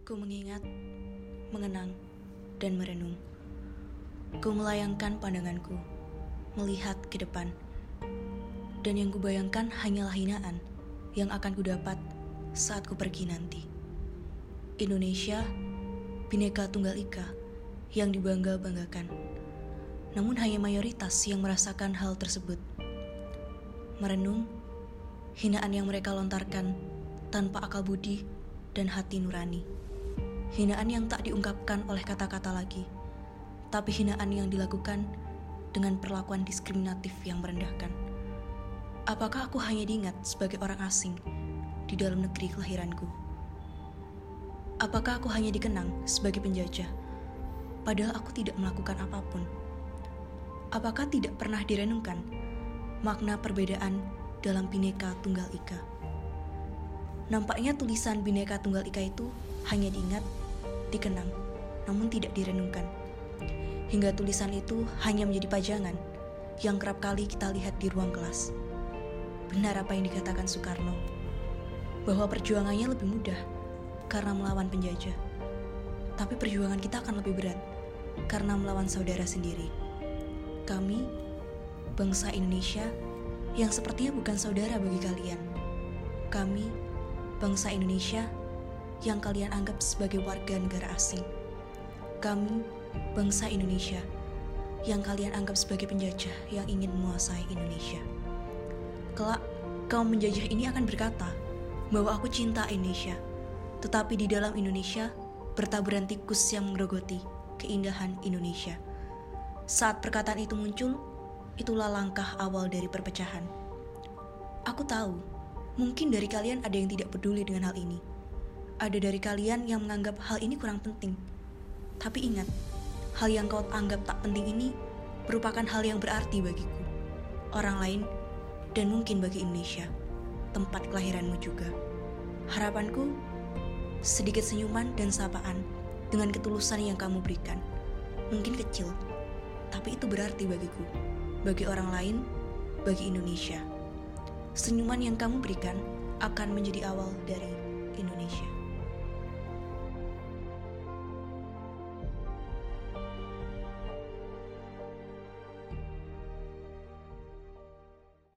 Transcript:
Ku mengingat, mengenang, dan merenung. Ku melayangkan pandanganku, melihat ke depan. Dan yang kubayangkan hanyalah hinaan yang akan kudapat saat ku pergi nanti. Indonesia, Bhinneka Tunggal Ika yang dibangga-banggakan. Namun hanya mayoritas yang merasakan hal tersebut. Merenung, hinaan yang mereka lontarkan tanpa akal budi dan hati nurani. Hinaan yang tak diungkapkan oleh kata-kata lagi, tapi hinaan yang dilakukan dengan perlakuan diskriminatif yang merendahkan. Apakah aku hanya diingat sebagai orang asing di dalam negeri kelahiranku? Apakah aku hanya dikenang sebagai penjajah, padahal aku tidak melakukan apapun? Apakah tidak pernah direnungkan makna perbedaan dalam Bhinneka Tunggal Ika? Nampaknya tulisan Bhinneka Tunggal Ika itu hanya diingat, dikenang, namun tidak direnungkan. Hingga tulisan itu hanya menjadi pajangan yang kerap kali kita lihat di ruang kelas. Benar apa yang dikatakan Soekarno, bahwa perjuangannya lebih mudah karena melawan penjajah. Tapi perjuangan kita akan lebih berat karena melawan saudara sendiri. Kami, bangsa Indonesia, yang sepertinya bukan saudara bagi kalian. Kami, bangsa Indonesia, yang kalian anggap sebagai warga negara asing. Kami, bangsa Indonesia, yang kalian anggap sebagai penjajah yang ingin menguasai Indonesia. Kelak, kaum menjajah ini akan berkata bahwa aku cinta Indonesia, tetapi di dalam Indonesia bertaburan tikus yang menggerogoti keindahan Indonesia. Saat perkataan itu muncul, itulah langkah awal dari perpecahan. Aku tahu, mungkin dari kalian ada yang tidak peduli dengan hal ini. Ada dari kalian yang menganggap hal ini kurang penting. Tapi ingat, hal yang kau anggap tak penting ini merupakan hal yang berarti bagiku, orang lain, dan mungkin bagi Indonesia, tempat kelahiranmu juga. Harapanku, sedikit senyuman dan sapaan dengan ketulusan yang kamu berikan. Mungkin kecil, tapi itu berarti bagiku, bagi orang lain, bagi Indonesia. Senyuman yang kamu berikan akan menjadi awal dari